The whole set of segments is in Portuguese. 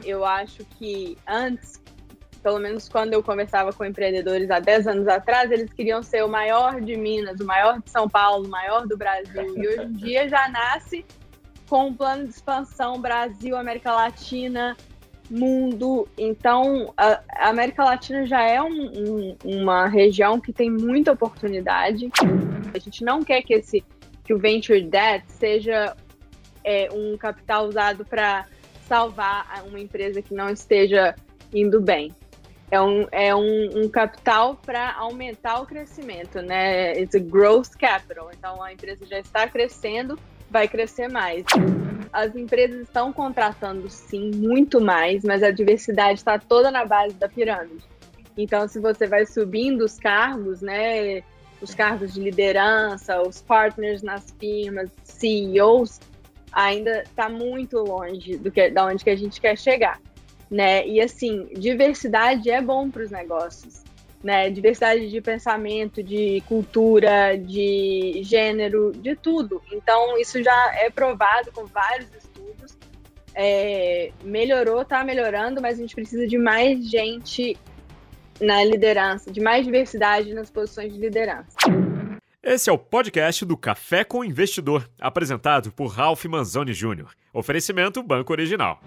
Eu acho que antes, pelo menos quando eu conversava com empreendedores há 10 anos atrás, eles queriam ser o maior de Minas, o maior de São Paulo, o maior do Brasil. E hoje em dia já nasce com um plano de expansão Brasil, América Latina, mundo. Então, a América Latina já é uma região que tem muita oportunidade. A gente não quer que o Venture Debt seja um capital usado para salvar uma empresa que não esteja indo bem. É um capital para aumentar o crescimento, né? It's a growth capital. Então, a empresa já está crescendo, vai crescer mais. As empresas estão contratando, sim, muito mais, mas a diversidade está toda na base da pirâmide. Então, se você vai subindo os cargos, né? Os cargos de liderança, os partners nas firmas, CEOs, ainda está muito longe da onde que a gente quer chegar, né? E assim, diversidade é bom para os negócios, né? Diversidade de pensamento, de cultura, de gênero, de tudo. Então, isso já é provado com vários estudos. Melhorou, está melhorando, mas a gente precisa de mais gente na liderança, de mais diversidade nas posições de liderança. Esse é o podcast do Café com Investidor, apresentado por Ralph Manzoni Jr. Oferecimento Banco Original.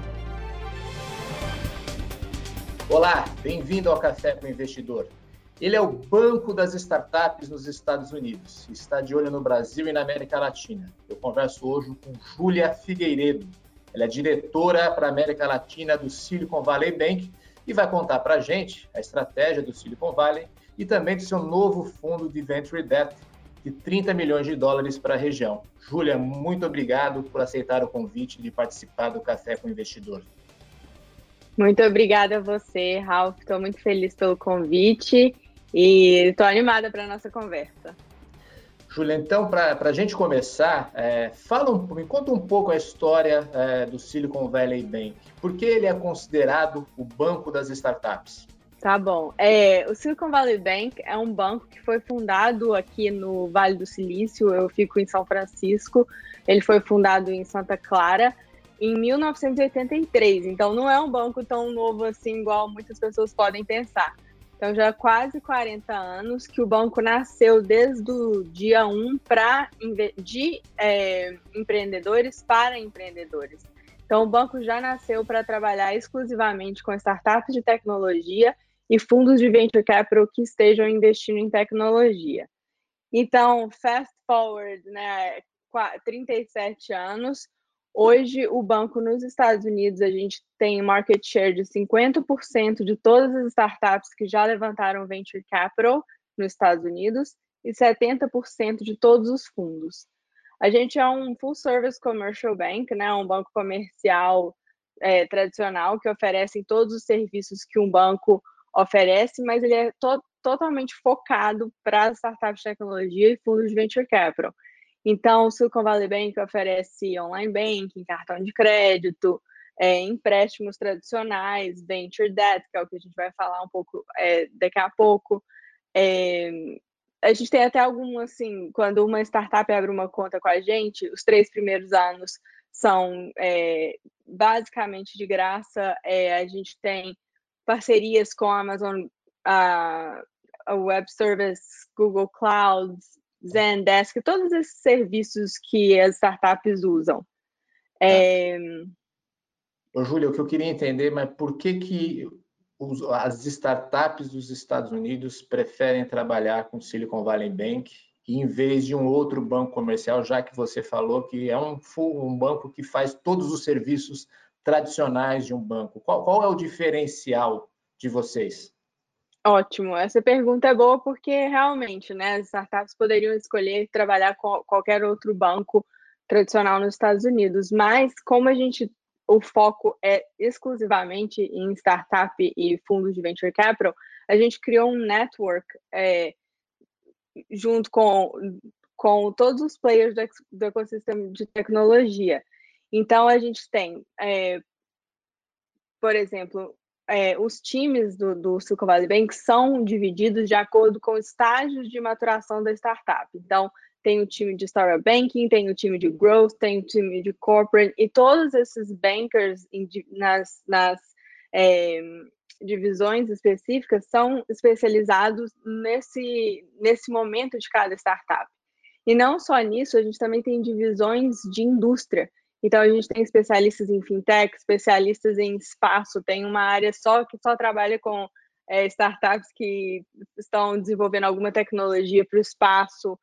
Olá, bem-vindo ao Café com Investidor. Ele é o banco das startups nos Estados Unidos. Está de olho no Brasil e na América Latina. Eu converso hoje com Júlia Figueiredo. Ela é diretora para a América Latina do Silicon Valley Bank e vai contar para a gente a estratégia do Silicon Valley e também do seu novo fundo de Venture Debt de 30 milhões de dólares para a região. Júlia, muito obrigado por aceitar o convite de participar do Café com Investidor. Muito obrigada a você, Ralph. Estou muito feliz pelo convite e estou animada para a nossa conversa. Júlia, então, para a gente começar, me conta um pouco a história do Silicon Valley Bank. Por que ele é considerado o banco das startups? Tá bom. O Silicon Valley Bank é um banco que foi fundado aqui no Vale do Silício. Eu fico em São Francisco. Ele foi fundado em Santa Clara em 1983. Então, não é um banco tão novo assim, igual muitas pessoas podem pensar. Então, já há quase 40 anos que o banco nasceu desde o dia 1 de empreendedores para empreendedores. Então, o banco já nasceu para trabalhar exclusivamente com startups de tecnologia e fundos de venture capital que estejam investindo em tecnologia. Então, fast forward, né, 37 anos, hoje o banco nos Estados Unidos, a gente tem market share de 50% de todas as startups que já levantaram venture capital nos Estados Unidos e 70% de todos os fundos. A gente é um full service commercial bank, né, um banco comercial tradicional que oferece todos os serviços que um banco oferece, mas ele é totalmente focado para startups de tecnologia e fundos de venture capital. Então, o Silicon Valley Bank oferece online banking, cartão de crédito, empréstimos tradicionais, venture debt, que é o que a gente vai falar um pouco daqui a pouco. A gente tem até assim, quando uma startup abre uma conta com a gente, os 3 primeiros anos são basicamente de graça. A gente tem parcerias com a Amazon, a Web Service, Google Cloud, Zendesk, todos esses serviços que as startups usam. Ô, Júlia, o que eu queria entender, mas por que as startups dos Estados Unidos preferem trabalhar com Silicon Valley Bank em vez de um outro banco comercial, já que você falou que é um banco que faz todos os serviços tradicionais de um banco? Qual é o diferencial de vocês? Ótimo, essa pergunta é boa porque realmente, né, as startups poderiam escolher trabalhar com qualquer outro banco tradicional nos Estados Unidos, mas como o foco é exclusivamente em startup e fundos de venture capital, a gente criou um network junto com todos os players do ecossistema de tecnologia. Então, a gente tem, por exemplo, os times do Silicon Valley Bank são divididos de acordo com estágios de maturação da startup. Então, tem o time de Startup Banking, tem o time de Growth, tem o time de Corporate, e todos esses bankers nas divisões específicas são especializados nesse momento de cada startup. E não só nisso, a gente também tem divisões de indústria. Então, a gente tem especialistas em fintech, especialistas em espaço, tem uma área que só trabalha com startups que estão desenvolvendo alguma tecnologia para o espaço,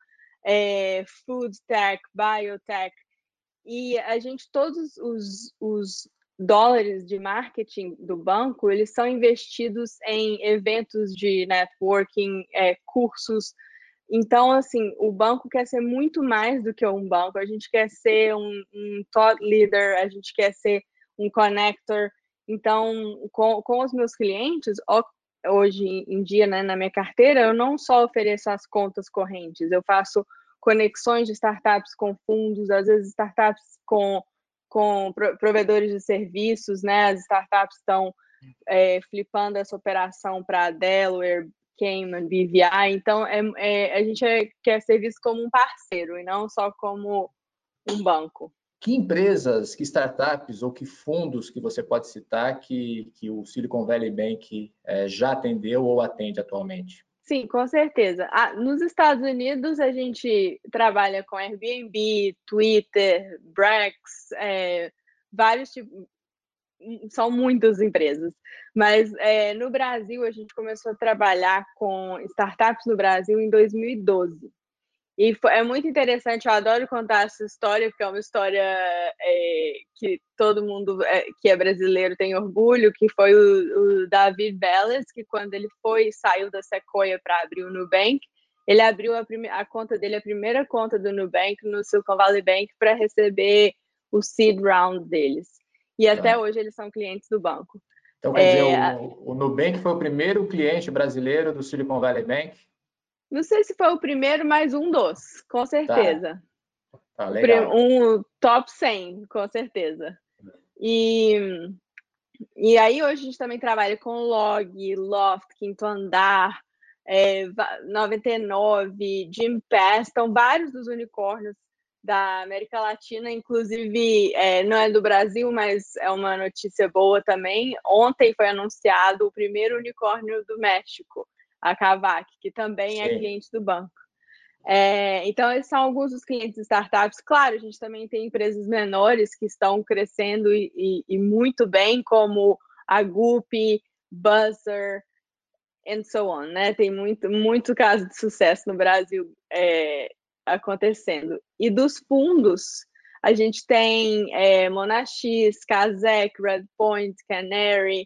food tech, biotech. E a gente, todos os dólares de marketing do banco, eles são investidos em eventos de networking, cursos. Então, assim, o banco quer ser muito mais do que um banco. A gente quer ser um thought leader, a gente quer ser um connector. Então, com os meus clientes, hoje em dia, né, na minha carteira, eu não só ofereço as contas correntes, eu faço conexões de startups com fundos, às vezes startups com provedores de serviços, né? As startups estão flipando essa operação para Delaware, Cayman, BVI. Então, a gente quer ser visto como um parceiro e não só como um banco. Que empresas, que startups ou que fundos que você pode citar que o Silicon Valley Bank já atendeu ou atende atualmente? Sim, com certeza. Nos Estados Unidos, a gente trabalha com Airbnb, Twitter, Brex, vários tipos, são muitas empresas. Mas no Brasil, a gente começou a trabalhar com startups no Brasil em 2012. E é muito interessante, eu adoro contar essa história, porque é uma história que todo mundo que é brasileiro tem orgulho, que foi o David Vélez, que quando ele saiu da Sequoia para abrir o Nubank, ele abriu a conta dele, a primeira conta do Nubank no Silicon Valley Bank para receber o seed round deles. E até hoje eles são clientes do banco. Então, quer dizer, o Nubank foi o primeiro cliente brasileiro do Silicon Valley Bank? Não sei se foi o primeiro, mas um dos, com certeza. Tá legal. Um top 100, com certeza. E aí hoje a gente também trabalha com Log, Loft, Quinto Andar, 99, Gympass, então vários dos unicórnios da América Latina, inclusive não é do Brasil, mas é uma notícia boa também. Ontem foi anunciado o primeiro unicórnio do México, a Kavak, que também é cliente do banco. Então, esses são alguns dos clientes de startups. Claro, a gente também tem empresas menores que estão crescendo e muito bem, como a Gupi, Buzzer, and so on, né? Tem muito caso de sucesso no Brasil acontecendo. E dos fundos, a gente tem Monax, Kazek, Redpoint, Canary,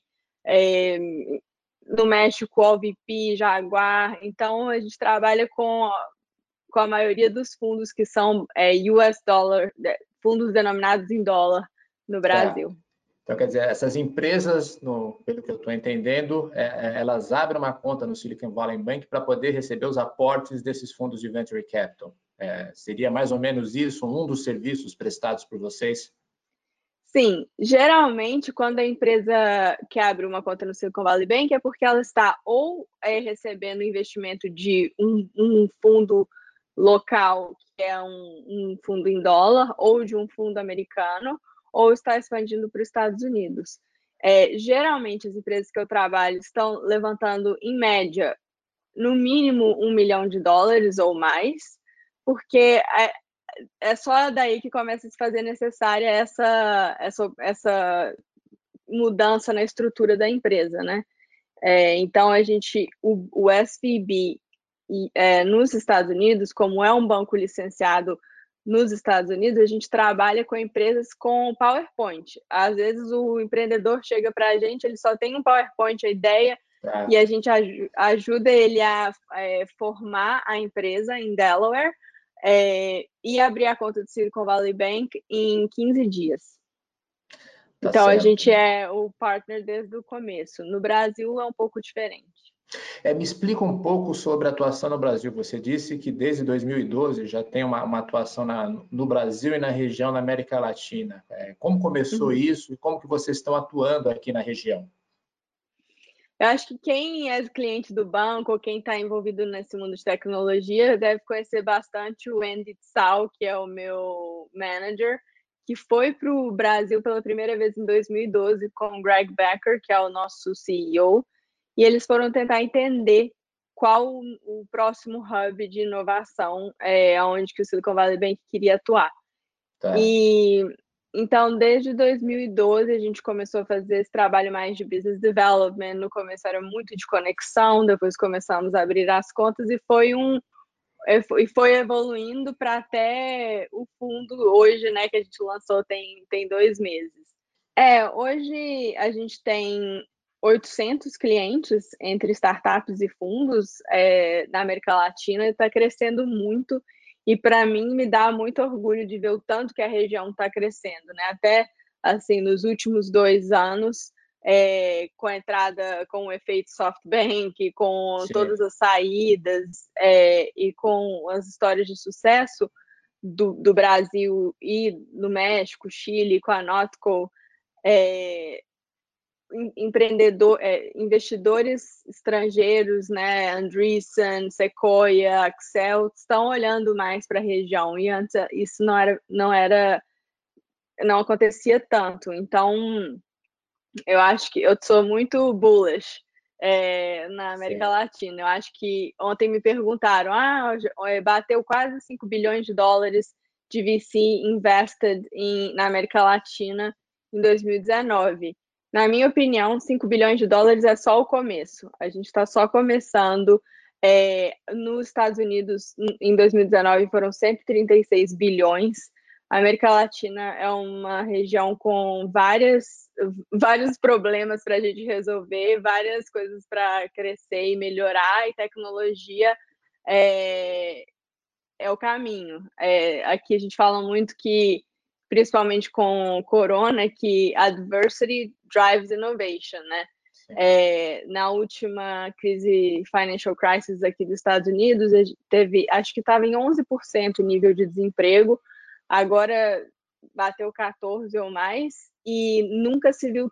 no México, OVP, Jaguar. Então, a gente trabalha com a maioria dos fundos que são US dollar, fundos denominados em dólar no Brasil. Tá. Então, quer dizer, essas empresas, pelo que eu estou entendendo, elas abrem uma conta no Silicon Valley Bank para poder receber os aportes desses fundos de Venture Capital. Seria mais ou menos isso, um dos serviços prestados por vocês? Sim, geralmente quando a empresa que abre uma conta no Silicon Valley Bank é porque ela está ou recebendo investimento de um fundo local, que é um fundo em dólar, ou de um fundo americano, ou está expandindo para os Estados Unidos. Geralmente, as empresas que eu trabalho estão levantando, em média, no mínimo $1 milhão ou mais, porque é só daí que começa a se fazer necessária essa mudança na estrutura da empresa, né? Então, o SVB nos Estados Unidos, como é um banco licenciado nos Estados Unidos, a gente trabalha com empresas com PowerPoint. Às vezes o empreendedor chega para a gente, ele só tem um PowerPoint, a ideia, e a gente ajuda ele a formar a empresa em Delaware e abrir a conta do Silicon Valley Bank em 15 dias. Tá então, certo. A gente é o partner desde o começo. No Brasil é um pouco diferente. Me explica um pouco sobre a atuação no Brasil. Você disse que desde 2012 já tem uma atuação no Brasil e na região da América Latina. Como começou isso e como que vocês estão atuando aqui na região? Eu acho que quem é cliente do banco ou quem está envolvido nesse mundo de tecnologia deve conhecer bastante o Andy Tsao, que é o meu manager, que foi para o Brasil pela primeira vez em 2012 com o Greg Becker, que é o nosso CEO, e eles foram tentar entender qual o próximo hub de inovação onde que o Silicon Valley Bank queria atuar. Tá. E então, desde 2012, a gente começou a fazer esse trabalho mais de business development. No começo era muito de conexão, depois começamos a abrir as contas e foi evoluindo para até o fundo hoje, né, que a gente lançou tem 2 meses. Hoje a gente tem 800 clientes entre startups e fundos na América Latina e está crescendo muito. E para mim me dá muito orgulho de ver o tanto que a região está crescendo, né? Até assim nos últimos 2 anos, com a entrada, com o efeito SoftBank, com Sim. todas as saídas e com as histórias de sucesso do Brasil e do México, Chile, com a Notco, investidores estrangeiros, né, Andreessen, Sequoia, Accel, estão olhando mais para a região e antes isso não acontecia tanto. Então, eu acho que eu sou muito bullish na América Sim. Latina. Eu acho que ontem me perguntaram, bateu quase 5 bilhões de dólares de VC invested na América Latina em 2019. Na minha opinião, 5 bilhões de dólares é só o começo. A gente está só começando. Nos Estados Unidos, em 2019, foram 136 bilhões. A América Latina é uma região com vários problemas para a gente resolver, várias coisas para crescer e melhorar, e tecnologia é o caminho. Aqui a gente fala muito que, principalmente com o Corona, que adversity drives innovation, né? Na última crise financial crisis aqui dos Estados Unidos, teve, acho que estava em 11% o nível de desemprego, agora bateu 14 ou mais, e nunca se viu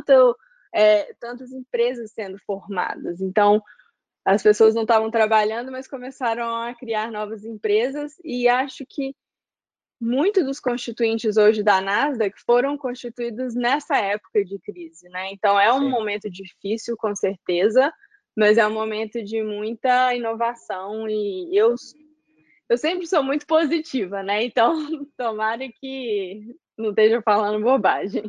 tantas empresas sendo formadas. Então, as pessoas não estavam trabalhando, mas começaram a criar novas empresas, e acho que muitos dos constituintes hoje da Nasdaq foram constituídos nessa época de crise, né? Então é um Sim. momento difícil, com certeza, mas é um momento de muita inovação e eu sempre sou muito positiva, né? Então tomara que não esteja falando bobagem.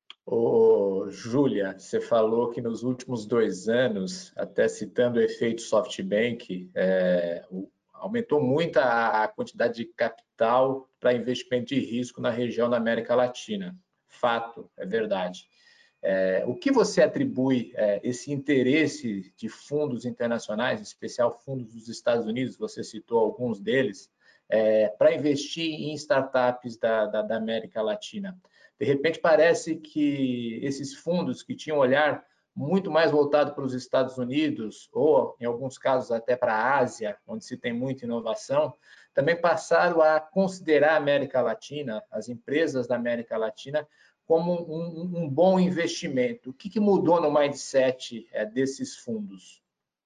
Ô, Júlia, você falou que nos últimos 2 anos, até citando o efeito SoftBank, aumentou muito a quantidade de capital para investimento de risco na região da América Latina. Fato, é verdade. O que você atribui esse interesse de fundos internacionais, em especial fundos dos Estados Unidos, você citou alguns deles, para investir em startups da América Latina? De repente, parece que esses fundos que tinham um olhar muito mais voltado para os Estados Unidos, ou, em alguns casos, até para a Ásia, onde se tem muita inovação, também passaram a considerar a América Latina, as empresas da América Latina, como um bom investimento. O que mudou no mindset desses fundos?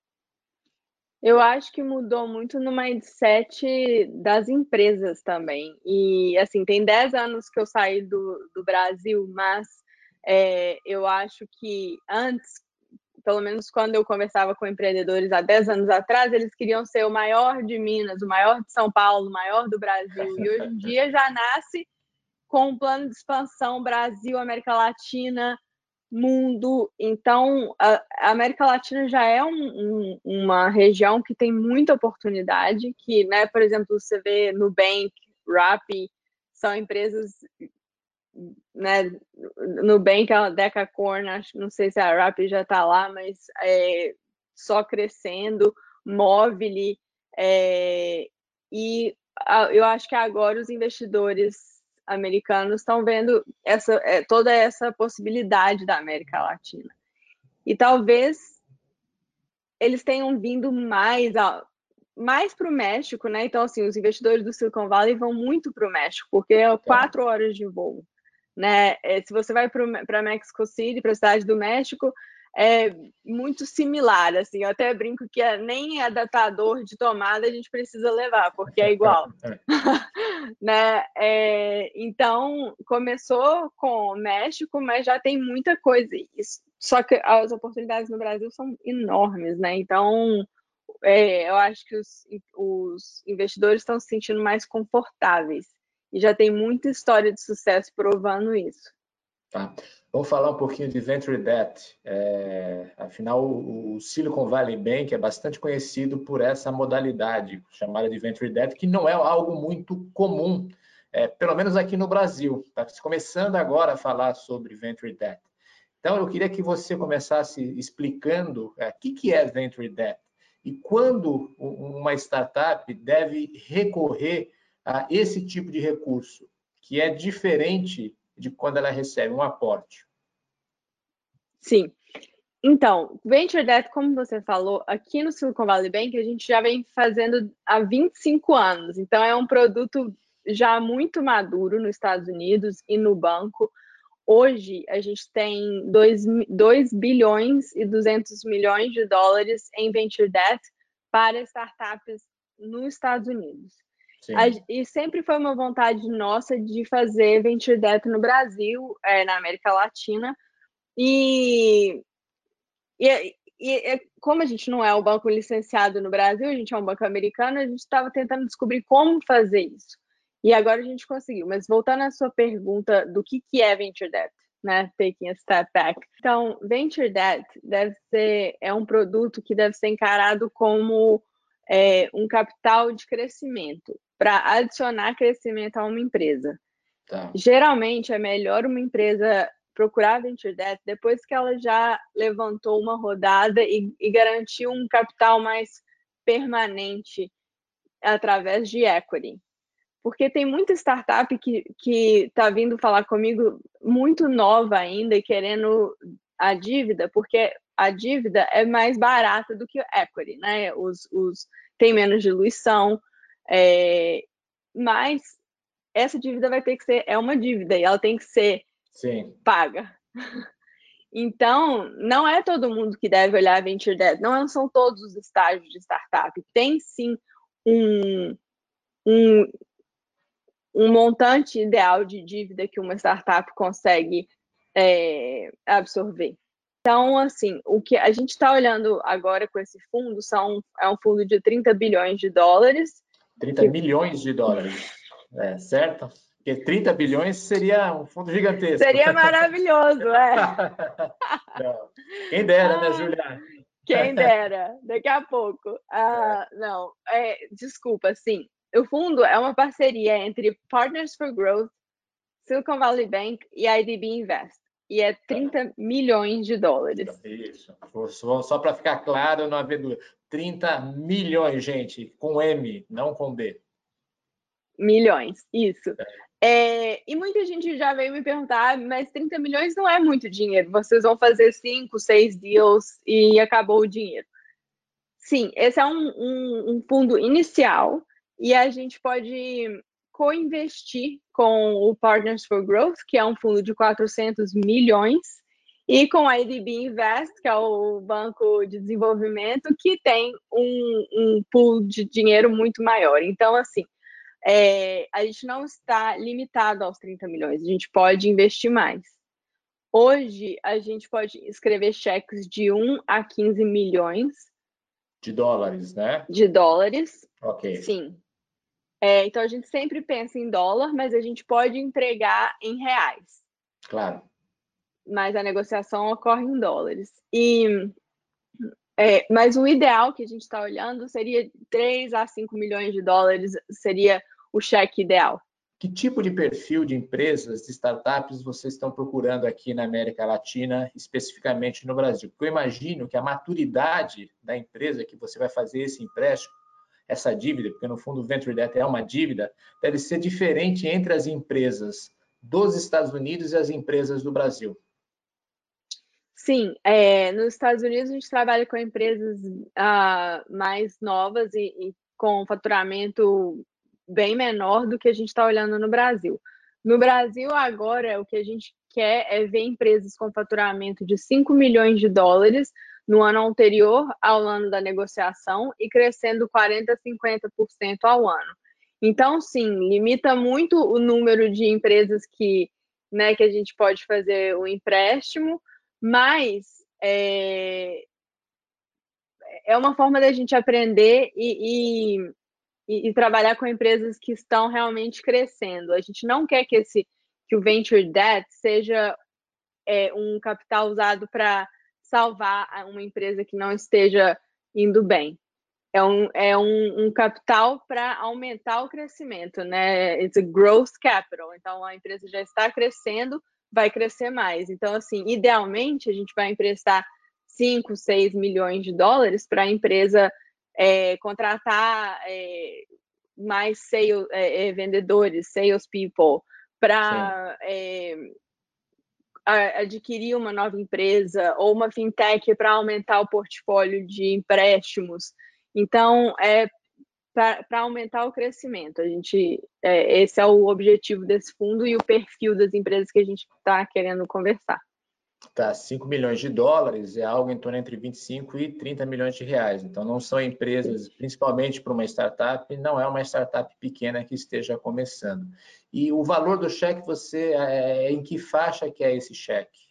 Eu acho que mudou muito no mindset das empresas também. E, assim, tem 10 anos que eu saí do Brasil, mas eu acho que antes, pelo menos quando eu conversava com empreendedores há 10 anos atrás, eles queriam ser o maior de Minas, o maior de São Paulo, o maior do Brasil. E hoje em dia já nasce com um plano de expansão Brasil, América Latina, mundo. Então, a América Latina já é uma região que tem muita oportunidade, que, né, por exemplo, você vê Nubank, Rappi, são empresas, né, Nubank, a Decacorn, não sei se a Rappi já está lá, mas só crescendo, Móvel, e eu acho que agora os investidores americanos estão vendo toda essa possibilidade da América Latina. E talvez eles tenham vindo mais para o México, né? Então, assim, os investidores do Silicon Valley vão muito para o México, porque é 4 horas de voo, né? Se você vai para Mexico City, para a cidade do México, é muito similar, assim. Eu até brinco que nem adaptador de tomada a gente precisa levar, porque é igual. Né? Então, começou com o México, mas já tem muita coisa. Só que as oportunidades no Brasil são enormes, né? Então, eu acho que os investidores estão se sentindo mais confortáveis. E já tem muita história de sucesso provando isso. Tá. Vamos falar um pouquinho de Venture Debt. Afinal, o Silicon Valley Bank é bastante conhecido por essa modalidade chamada de Venture Debt, que não é algo muito comum, pelo menos aqui no Brasil. Está começando agora a falar sobre Venture Debt. Então, eu queria que você começasse explicando o que é Venture Debt e quando uma startup deve recorrer a esse tipo de recurso, que é diferente de quando ela recebe um aporte. Sim. Então, Venture Debt, como você falou, aqui no Silicon Valley Bank a gente já vem fazendo há 25 anos. Então, é um produto já muito maduro nos Estados Unidos e no banco. Hoje, a gente tem 2 bilhões e 200 milhões de dólares em Venture Debt para startups nos Estados Unidos. E sempre foi uma vontade nossa de fazer Venture Debt no Brasil, na América Latina. E como a gente não é um banco licenciado no Brasil, a gente é um banco americano, a gente estava tentando descobrir como fazer isso. E agora a gente conseguiu. Mas voltando à sua pergunta do que é Venture Debt, né? Taking a step back. Então, Venture Debt é um produto que deve ser encarado como um capital de crescimento, para adicionar crescimento a uma empresa. Tá. Geralmente, é melhor uma empresa procurar Venture Debt depois que ela já levantou uma rodada e garantiu um capital mais permanente através de equity. Porque tem muita startup que está vindo falar comigo muito nova ainda e querendo a dívida, porque a dívida é mais barata do que o equity, né? Tem menos diluição, mas essa dívida vai ter que ser, uma dívida e ela tem que ser paga. Então, não é todo mundo que deve olhar Venture Debt, não são todos os estágios de startup. Tem sim um montante ideal de dívida que uma startup consegue absorver. Então, assim, o que a gente está olhando agora com esse fundo é um fundo de 30 bilhões de dólares. 30 milhões de dólares, certo? Porque 30 bilhões seria um fundo gigantesco. Seria maravilhoso, Não. Quem dera, né, Julia? Quem dera, daqui a pouco. Não, desculpa, sim. O fundo é uma parceria entre Partners for Growth, Silicon Valley Bank e IDB Invest. E é 30 milhões de dólares. Isso. Só para ficar claro, não haver dúvida. 30 milhões, gente, com M, não com B. Milhões, isso. E muita gente já veio me perguntar, mas 30 milhões não é muito dinheiro. Vocês vão fazer 5, 6 deals e acabou o dinheiro. Sim, esse é um fundo inicial e a gente pode co-investir com o Partners for Growth, que é um fundo de 400 milhões, e com a IDB Invest, que é o Banco de Desenvolvimento, que tem um pool de dinheiro muito maior. Então, assim, a gente não está limitado aos 30 milhões, a gente pode investir mais. Hoje, a gente pode escrever cheques de 1 a 15 milhões. De dólares, né? De dólares. Ok. Sim. Então, a gente sempre pensa em dólar, mas a gente pode entregar em reais. Claro. Mas a negociação ocorre em dólares. Mas o ideal que a gente está olhando seria 3 a 5 milhões de dólares, seria o cheque ideal. Que tipo de perfil de empresas, de startups vocês estão procurando aqui na América Latina, especificamente no Brasil? Porque eu imagino que a maturidade da empresa que você vai fazer esse empréstimo, essa dívida, porque no fundo o Venture Debt é uma dívida, deve ser diferente entre as empresas dos Estados Unidos e as empresas do Brasil. Sim, nos Estados Unidos a gente trabalha com empresas mais novas e com faturamento bem menor do que a gente está olhando no Brasil. No Brasil, agora, o que a gente quer é ver empresas com faturamento de 5 milhões de dólares no ano anterior ao ano da negociação e crescendo 40% a 50% ao ano. Então, sim, limita muito o número de empresas que a gente pode fazer o empréstimo, mas é uma forma da gente aprender e trabalhar com empresas que estão realmente crescendo. A gente não quer que o venture debt seja um capital usado para salvar uma empresa que não esteja indo bem. É um capital para aumentar o crescimento, né? It's a growth capital. Então, a empresa já está crescendo, vai crescer mais. Então, assim, idealmente, a gente vai emprestar 5, 6 milhões de dólares para a empresa contratar mais vendedores, sales people, para adquirir uma nova empresa ou uma fintech para aumentar o portfólio de empréstimos. Então, para aumentar o crescimento. Esse é o objetivo desse fundo e o perfil das empresas que a gente está querendo conversar. Tá, 5 milhões de dólares é algo em torno entre 25 e 30 milhões de reais. Então, não são empresas, principalmente para uma startup, não é uma startup pequena que esteja começando. E o valor do cheque, em que faixa que é esse cheque?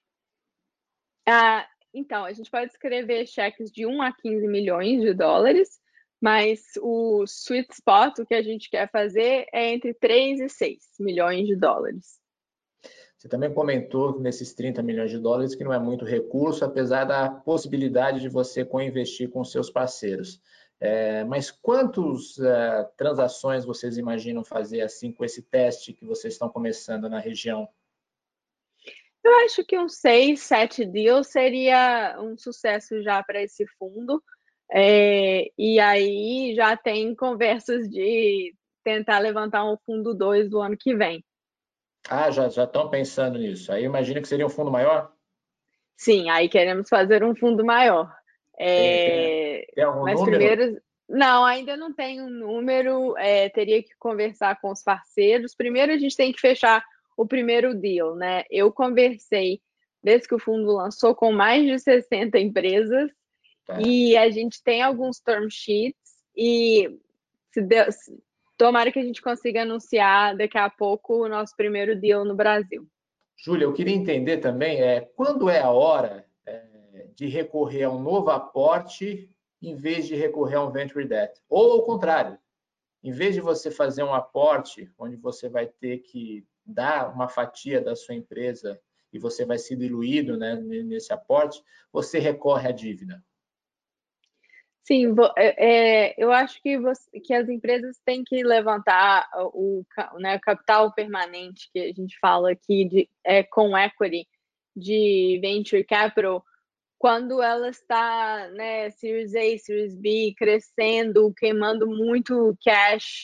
Então, a gente pode escrever cheques de 1 a 15 milhões de dólares, mas o sweet spot, o que a gente quer fazer, é entre 3 e 6 milhões de dólares. Você também comentou nesses 30 milhões de dólares que não é muito recurso, apesar da possibilidade de você co-investir com seus parceiros. Mas quantas transações vocês imaginam fazer assim com esse teste que vocês estão começando na região? Eu acho que uns 6, 7 deals seria um sucesso já para esse fundo. E aí já tem conversas de tentar levantar um fundo 2 do ano que vem. Já estão pensando nisso. Aí imagino que seria um fundo maior? Sim, aí queremos fazer um fundo maior. Tem algum Mas número? primeiro, não, ainda não tem um número, teria que conversar com os parceiros. Primeiro a gente tem que fechar o primeiro deal, né? Eu conversei, desde que o fundo lançou, com mais de 60 empresas e a gente tem alguns term sheets e tomara que a gente consiga anunciar daqui a pouco o nosso primeiro deal no Brasil. Júlia, eu queria entender também quando é a hora de recorrer a um novo aporte em vez de recorrer a um venture debt. Ou ao contrário, em vez de você fazer um aporte onde você vai ter que dar uma fatia da sua empresa e você vai ser diluído, né, nesse aporte, você recorre à dívida. Sim, eu acho que as empresas têm que levantar o capital permanente, que a gente fala aqui, com equity, de venture capital, quando ela está, né, Series A, Series B, crescendo, queimando muito cash,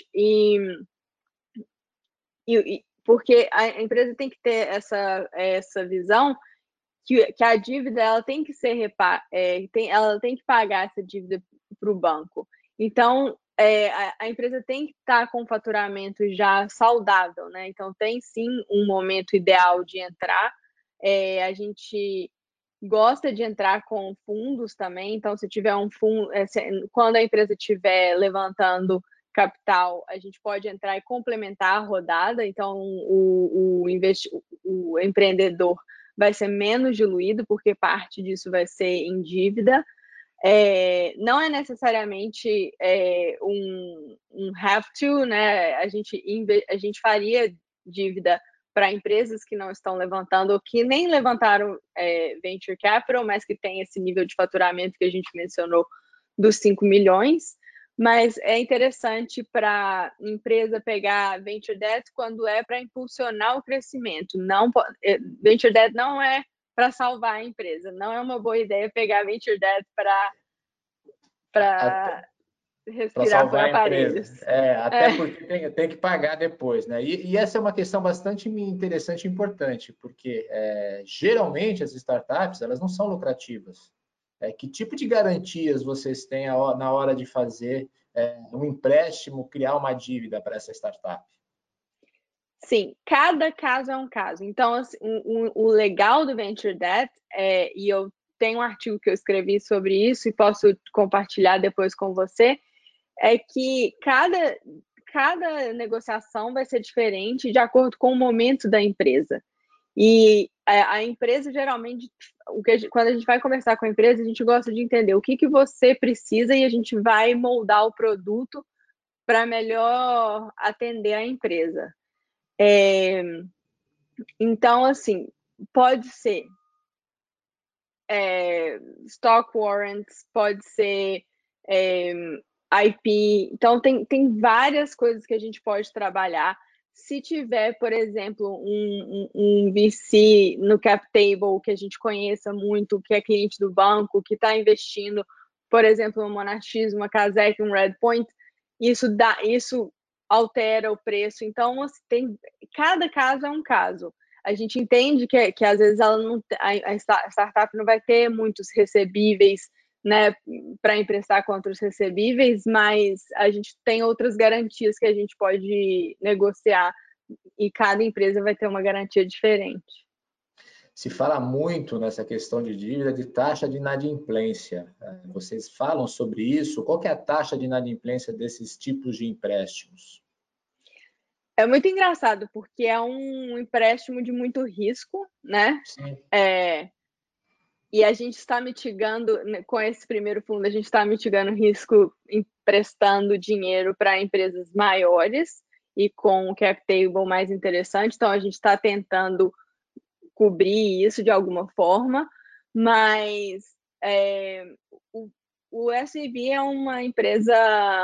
porque a empresa tem que ter essa visão que a dívida ela tem que ser ela tem que pagar essa dívida para o banco. Então, a empresa tem que estar com o faturamento já saudável, né? Então, tem sim um momento ideal de entrar. A gente gosta de entrar com fundos também. Então, se tiver um fundo, quando a empresa estiver levantando capital, a gente pode entrar e complementar a rodada. Então, o empreendedor vai ser menos diluído, porque parte disso vai ser em dívida. Não é necessariamente um have to, né? A gente faria dívida para empresas que não estão levantando, ou que nem levantaram venture capital, mas que tem esse nível de faturamento que a gente mencionou dos 5 milhões. Mas é interessante para a empresa pegar venture debt quando é para impulsionar o crescimento. Venture debt não é para salvar a empresa. Não é uma boa ideia pegar venture debt para respirar por aparelhos. Porque tem que pagar depois, né? E essa é uma questão bastante interessante e importante, porque geralmente as startups elas não são lucrativas. Que tipo de garantias vocês têm na hora de fazer um empréstimo, criar uma dívida para essa startup? Sim, cada caso é um caso. Então, assim, o legal do Venture Debt, e eu tenho um artigo que eu escrevi sobre isso e posso compartilhar depois com você, é que cada negociação vai ser diferente de acordo com o momento da empresa. E a empresa, geralmente, quando a gente vai conversar com a empresa, a gente gosta de entender o que você precisa e a gente vai moldar o produto para melhor atender a empresa. Então, assim, pode ser stock warrants, pode ser IP. Então, tem várias coisas que a gente pode trabalhar. Se tiver, por exemplo, um VC no cap table que a gente conheça muito, que é cliente do banco, que está investindo, por exemplo, no Monax, uma Kazek, um Redpoint, isso altera o preço. Então, assim, cada caso é um caso. A gente entende que às vezes a startup não vai ter muitos recebíveis, né, para emprestar contra os recebíveis, mas a gente tem outras garantias que a gente pode negociar e cada empresa vai ter uma garantia diferente. Se fala muito nessa questão de dívida de taxa de inadimplência. Vocês falam sobre isso? Qual que é a taxa de inadimplência desses tipos de empréstimos? É muito engraçado, porque é um empréstimo de muito risco, né? Sim. E a gente está mitigando, com esse primeiro fundo, a gente está mitigando risco emprestando dinheiro para empresas maiores e com o cap table mais interessante. Então, a gente está tentando cobrir isso de alguma forma, mas o SVB é uma empresa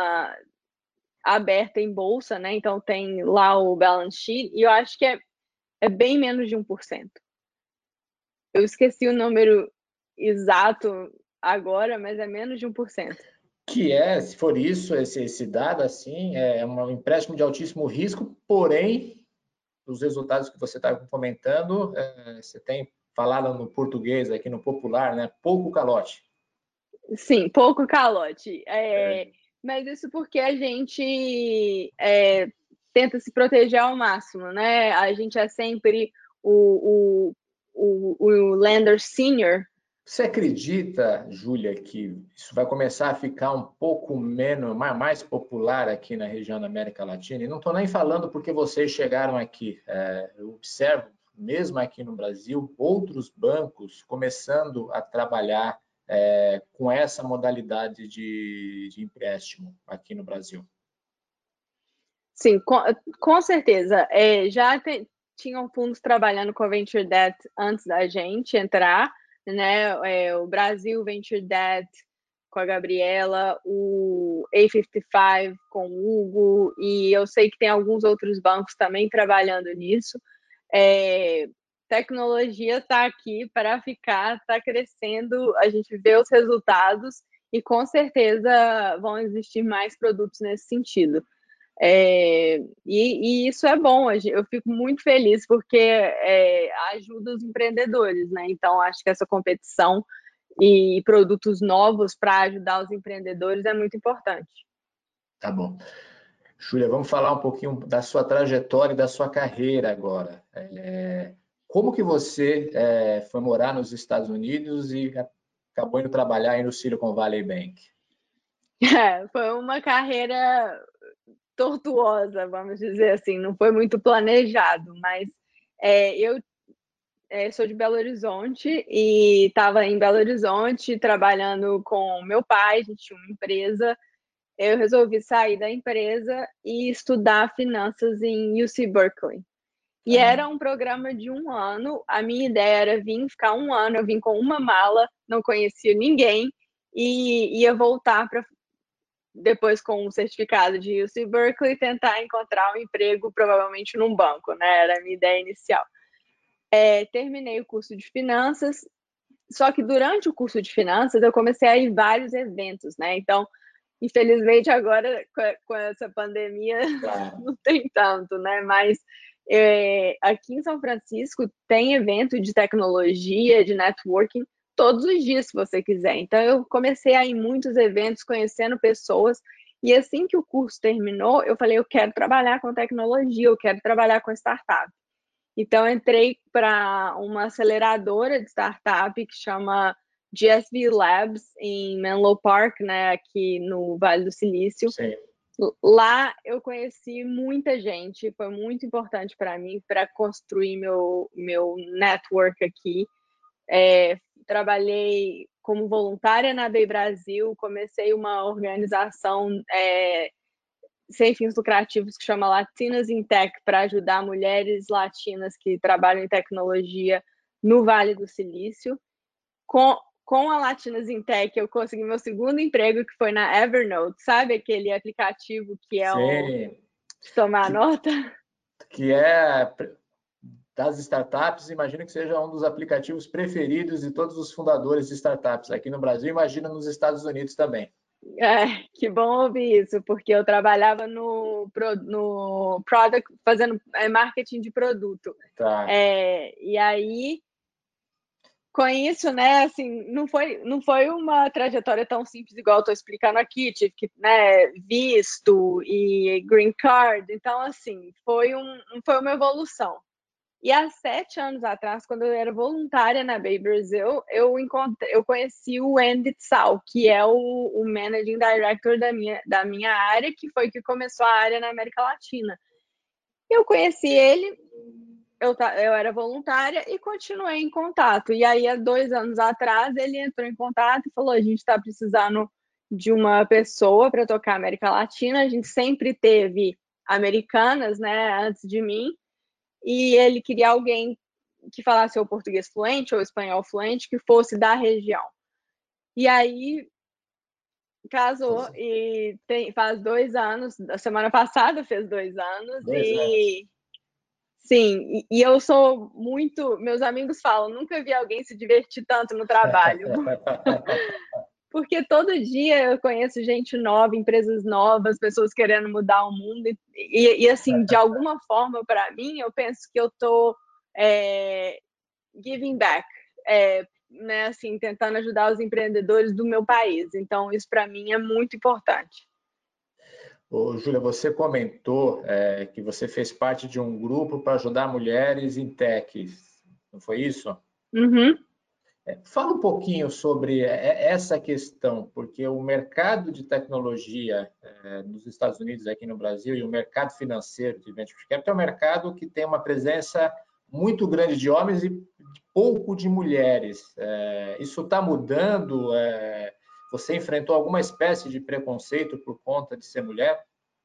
aberta em bolsa, né? Então, tem lá o balance sheet e eu acho que é bem menos de 1%. Eu esqueci o número exato agora, mas é menos de 1%. Que se for isso, esse dado assim, é um empréstimo de altíssimo risco, porém, os resultados que você está comentando, você tem falado no português aqui no popular, né? Pouco calote. Sim, pouco calote. Mas isso porque a gente tenta se proteger ao máximo, né? A gente é sempre o lender senior. Você acredita, Júlia, que isso vai começar a ficar um pouco mais popular aqui na região da América Latina? E não estou nem falando porque vocês chegaram aqui. Eu observo, mesmo aqui no Brasil, outros bancos começando a trabalhar com essa modalidade de empréstimo aqui no Brasil. Sim, com certeza. Tinham fundos trabalhando com a Venture Debt antes da gente entrar, né? O Brasil Venture Debt com a Gabriela, o A55 com o Hugo, e eu sei que tem alguns outros bancos também trabalhando nisso. Tecnologia está aqui para ficar, está crescendo, a gente vê os resultados e com certeza vão existir mais produtos nesse sentido. E isso é bom, eu fico muito feliz porque ajuda os empreendedores, né? Então, acho que essa competição e produtos novos para ajudar os empreendedores é muito importante. Tá bom. Júlia, vamos falar um pouquinho da sua trajetória e da sua carreira agora. Como que você foi morar nos Estados Unidos e acabou indo trabalhar aí no Silicon Valley Bank? Foi uma carreira tortuosa, vamos dizer assim, não foi muito planejado, mas eu sou de Belo Horizonte e estava em Belo Horizonte trabalhando com meu pai, a gente tinha uma empresa. Eu resolvi sair da empresa e estudar finanças em UC Berkeley. E era um programa de 1 ano. A minha ideia era ficar 1 ano. Eu vim com uma mala, não conhecia ninguém e ia voltar para depois com um certificado de UC Berkeley tentar encontrar um emprego provavelmente num banco, né? Era a minha ideia inicial. Terminei o curso de finanças, só que durante o curso de finanças eu comecei a ir vários eventos, né? Então, infelizmente agora com essa pandemia não tem tanto, né? Mas aqui em São Francisco tem evento de tecnologia, de networking todos os dias, se você quiser. Então eu comecei a ir em muitos eventos, conhecendo pessoas E assim que o curso terminou, eu falei, eu quero trabalhar com tecnologia, eu quero trabalhar com startup. Então, entrei para uma aceleradora de startup que chama GSV Labs, em Menlo Park, né, aqui no Vale do Silício. Sim. Lá eu conheci muita gente, foi muito importante para mim, para construir meu network aqui. Trabalhei como voluntária na Bay Brasil, comecei uma organização sem fins lucrativos que chama Latinas in Tech, para ajudar mulheres latinas que trabalham em tecnologia no Vale do Silício. Com a Latinas in Tech, eu consegui meu segundo emprego, que foi na Evernote, sabe? Aquele aplicativo que é o Sim. de tomar nota. Que é das startups, imagino que seja um dos aplicativos preferidos de todos os fundadores de startups aqui no Brasil, imagina nos Estados Unidos também. Que bom ouvir isso, porque eu trabalhava no product, fazendo marketing de produto. Tá. E aí, com isso, né, assim, não foi uma trajetória tão simples igual eu estou explicando aqui, tive que, né, visto e green card, então, assim, foi uma evolução. E há 7 anos atrás, quando eu era voluntária na Bay Brasil, eu conheci o Andy Tsao, que é o Managing Director da minha área, que foi que começou a área na América Latina. Eu conheci ele, eu era voluntária e continuei em contato. E aí, há 2 anos atrás, ele entrou em contato e falou: a gente está precisando de uma pessoa para tocar a América Latina. A gente sempre teve americanas, né, antes de mim, e ele queria alguém que falasse ou português fluente ou espanhol fluente, que fosse da região. E aí casou e faz 2 anos, a semana passada fez 2 anos. 2 anos. Sim, e eu sou muito, meus amigos falam, nunca vi alguém se divertir tanto no trabalho. Porque todo dia eu conheço gente nova, empresas novas, pessoas querendo mudar o mundo. E assim, de alguma forma, para mim, eu penso que eu estou giving back, né, assim, tentando ajudar os empreendedores do meu país. Então, isso para mim é muito importante. Ô, Júlia, você comentou que você fez parte de um grupo para ajudar mulheres em tech, não foi isso? Uhum. Fala um pouquinho sobre essa questão, porque o mercado de tecnologia nos Estados Unidos, aqui no Brasil, e o mercado financeiro de venture capital é um mercado que tem uma presença muito grande de homens e pouco de mulheres. Isso está mudando? Você enfrentou alguma espécie de preconceito por conta de ser mulher?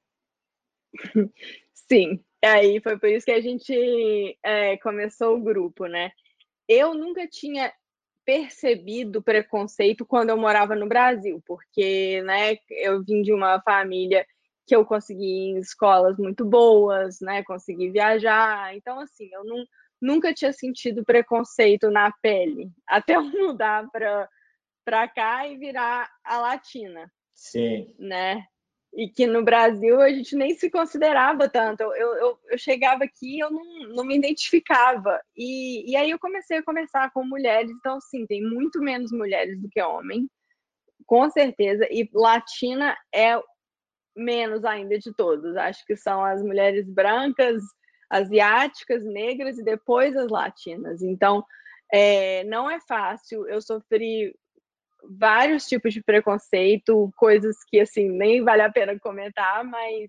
Sim, aí foi por isso que a gente começou o grupo, né? Eu nunca tinha percebido preconceito quando eu morava no Brasil, porque, né, eu vim de uma família que eu consegui ir em escolas muito boas, né, consegui viajar, então, assim, eu nunca tinha sentido preconceito na pele, até eu mudar para cá e virar a latina. Sim. Né? E que no Brasil a gente nem se considerava tanto. Eu chegava aqui e eu não me identificava. E aí eu comecei a conversar com mulheres. Então, sim, tem muito menos mulheres do que homem, com certeza. E latina é menos ainda de todos. Acho que são as mulheres brancas, asiáticas, negras e depois as latinas. Então, não é fácil. Eu sofri vários tipos de preconceito, coisas que, assim, nem vale a pena comentar, mas...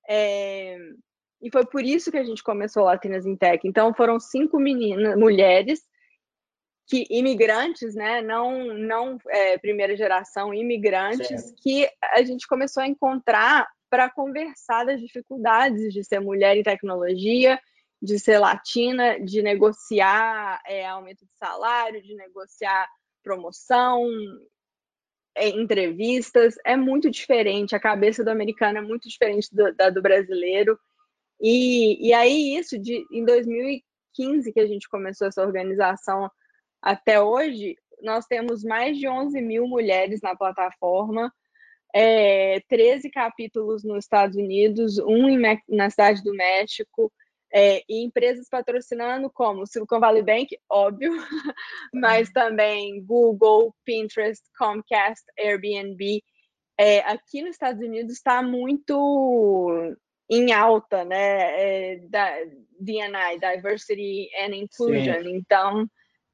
E foi por isso que a gente começou Latinas in Tech. Então, foram 5 mulheres imigrantes, né? Não primeira geração, imigrantes, Sim. que a gente começou a encontrar para conversar das dificuldades de ser mulher em tecnologia, de ser latina, de negociar aumento de salário, de negociar promoção, entrevistas. É muito diferente, a cabeça do americano é muito diferente da do brasileiro. E aí em 2015 que a gente começou essa organização até hoje, nós temos mais de 11 mil mulheres na plataforma, 13 capítulos nos Estados Unidos, na Cidade do México, e empresas patrocinando como Silicon Valley Bank, óbvio, mas também Google, Pinterest, Comcast, Airbnb. aqui nos Estados Unidos está muito em alta, né? Da D&I, Diversity and Inclusion. Sim. Então,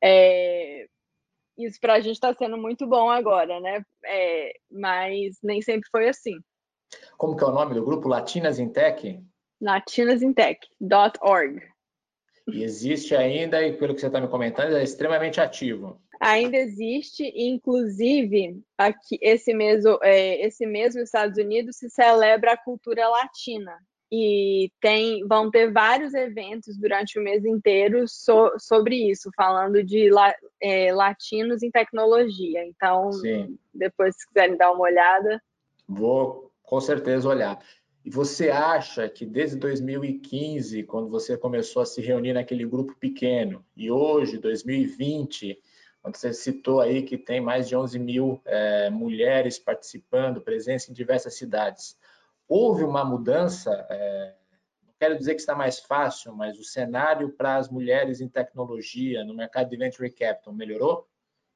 isso para a gente está sendo muito bom agora, né? Mas nem sempre foi assim. Como que é o nome do grupo? Latinas in Tech? latinasintech.org. E existe ainda, e pelo que você está me comentando, é extremamente ativo. Ainda existe, inclusive, aqui, esse mês nos Estados Unidos se celebra a cultura latina. E vão ter vários eventos durante o mês inteiro sobre isso, falando de latinos em tecnologia. Então, Sim. depois, se quiserem dar uma olhada. Vou com certeza olhar. E você acha que desde 2015, quando você começou a se reunir naquele grupo pequeno, e hoje, 2020, quando você citou aí que tem mais de 11 mil mulheres participando, presença em diversas cidades, houve uma mudança? Não quero dizer que está mais fácil, mas o cenário para as mulheres em tecnologia, no mercado de venture capital, melhorou?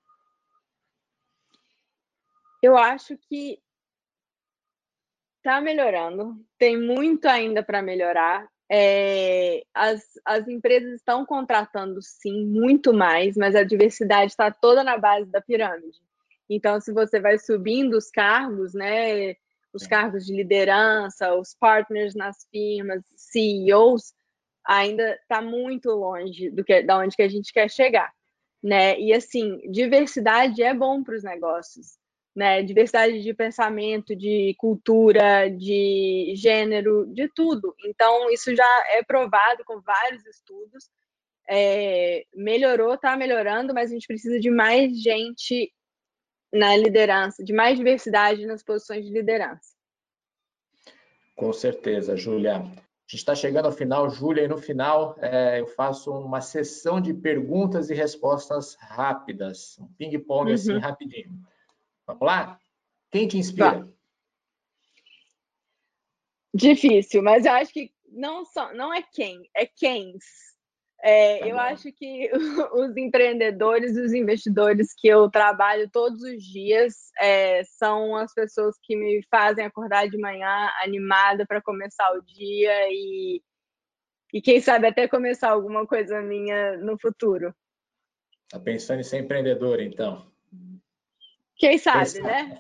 Eu acho que está melhorando, tem muito ainda para melhorar. As empresas estão contratando, sim, muito mais, mas a diversidade está toda na base da pirâmide. Então, se você vai subindo os cargos, né, os cargos de liderança, os partners nas firmas, CEOs, ainda está muito longe da onde que a gente quer chegar, né? E assim, diversidade é bom para os negócios, né? Diversidade de pensamento, de cultura, de gênero, de tudo. Então, isso já é provado com vários estudos. Melhorou, está melhorando, mas a gente precisa de mais gente na liderança, de mais diversidade nas posições de liderança. Com certeza, Júlia. A gente está chegando ao final, Júlia, e no final eu faço uma sessão de perguntas e respostas rápidas, um ping-pong assim rapidinho. Vamos lá? Quem te inspira? Vá. Difícil, mas eu acho que não é quem, é quens. Eu acho que os empreendedores, os investidores que eu trabalho todos os dias são as pessoas que me fazem acordar de manhã animada para começar o dia e quem sabe até começar alguma coisa minha no futuro. Está pensando em ser empreendedor, então? Quem sabe, né?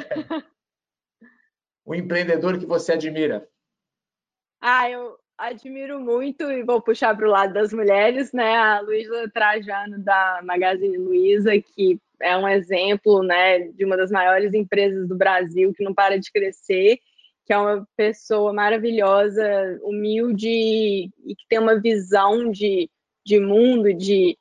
O empreendedor que você admira? Eu admiro muito e vou puxar para o lado das mulheres, né? A Luísa Trajano da Magazine Luiza, que é um exemplo, né, de uma das maiores empresas do Brasil que não para de crescer, que é uma pessoa maravilhosa, humilde e que tem uma visão de mundo, de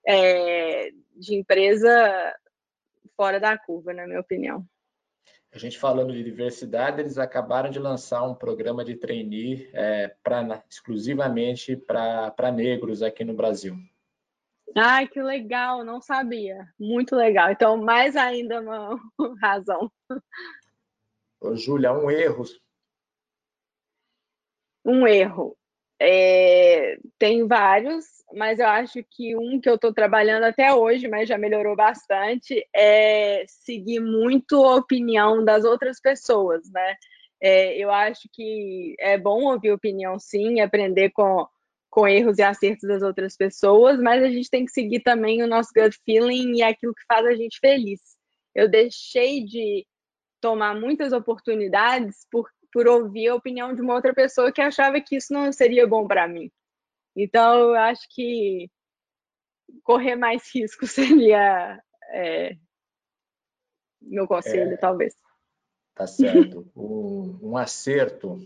empresa fora da curva, na minha opinião. A gente falando de diversidade, eles acabaram de lançar um programa de trainee exclusivamente para negros aqui no Brasil. Ai, que legal, não sabia. Muito legal. Então, mais ainda uma razão. Ô, Júlia, um erro. Um erro. Tem vários, mas eu acho que um que eu estou trabalhando até hoje, mas já melhorou bastante, é seguir muito a opinião das outras pessoas, né? Eu acho que é bom ouvir opinião, sim, aprender com erros e acertos das outras pessoas, mas a gente tem que seguir também o nosso gut feeling e aquilo que faz a gente feliz. Eu deixei de tomar muitas oportunidades por ouvir a opinião de uma outra pessoa que achava que isso não seria bom para mim. Então, eu acho que correr mais risco seria meu conselho, talvez. Tá certo. Um acerto.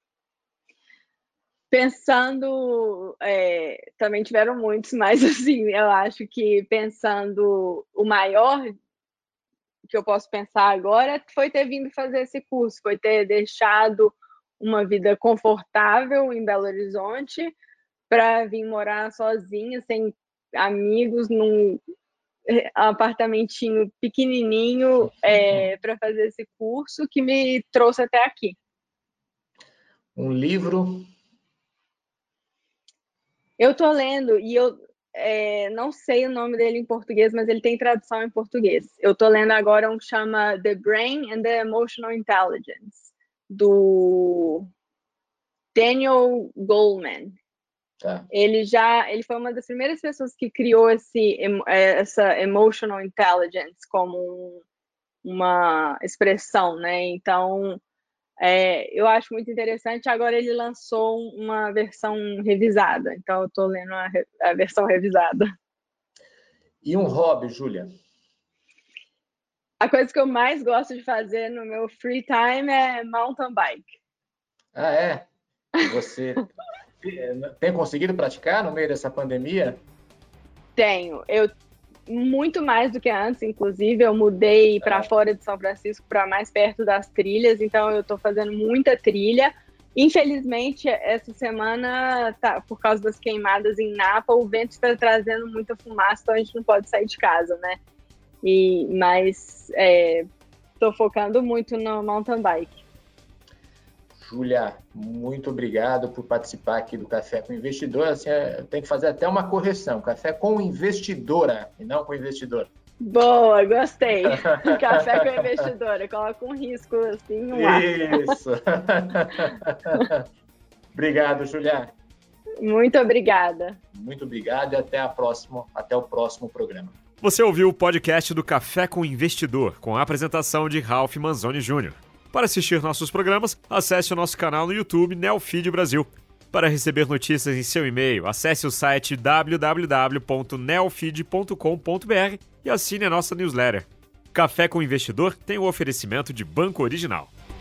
Pensando, também tiveram muitos, mas assim, eu acho que pensando o maior que eu posso pensar agora foi ter vindo fazer esse curso, foi ter deixado uma vida confortável em Belo Horizonte para vir morar sozinha, sem amigos, num apartamentinho pequenininho para fazer esse curso que me trouxe até aqui. Um livro? Eu estou lendo e não sei o nome dele em português, mas ele tem tradução em português. Eu estou lendo agora um que chama The Brain and the Emotional Intelligence, do Daniel Goleman. Tá. Ele foi uma das primeiras pessoas que criou essa emotional intelligence como uma expressão, né? Então, eu acho muito interessante. Agora ele lançou uma versão revisada, então eu estou lendo a versão revisada. E um hobby, Júlia? A coisa que eu mais gosto de fazer no meu free time é mountain bike. Ah, é? Você tem conseguido praticar no meio dessa pandemia? Tenho. Muito mais do que antes, inclusive. Eu mudei para fora de São Francisco, para mais perto das trilhas, então eu estou fazendo muita trilha. Infelizmente, essa semana, por causa das queimadas em Napa, o vento está trazendo muita fumaça, então a gente não pode sair de casa, né? Mas estou focando muito no mountain bike. Júlia, muito obrigado por participar aqui do Café com Investidor. Assim, tem que fazer até uma correção. Café com investidora e não com investidor. Boa, gostei. Café com investidora. Coloca um risco assim no ar. Isso. Obrigado, Júlia. Muito obrigada. Muito obrigado e até o próximo programa. Você ouviu o podcast do Café com Investidor, com a apresentação de Ralph Manzoni Jr. Para assistir nossos programas, acesse o nosso canal no YouTube Neofeed Brasil. Para receber notícias em seu e-mail, acesse o site www.neofeed.com.br e assine a nossa newsletter. Café com Investidor tem o oferecimento de Banco Original.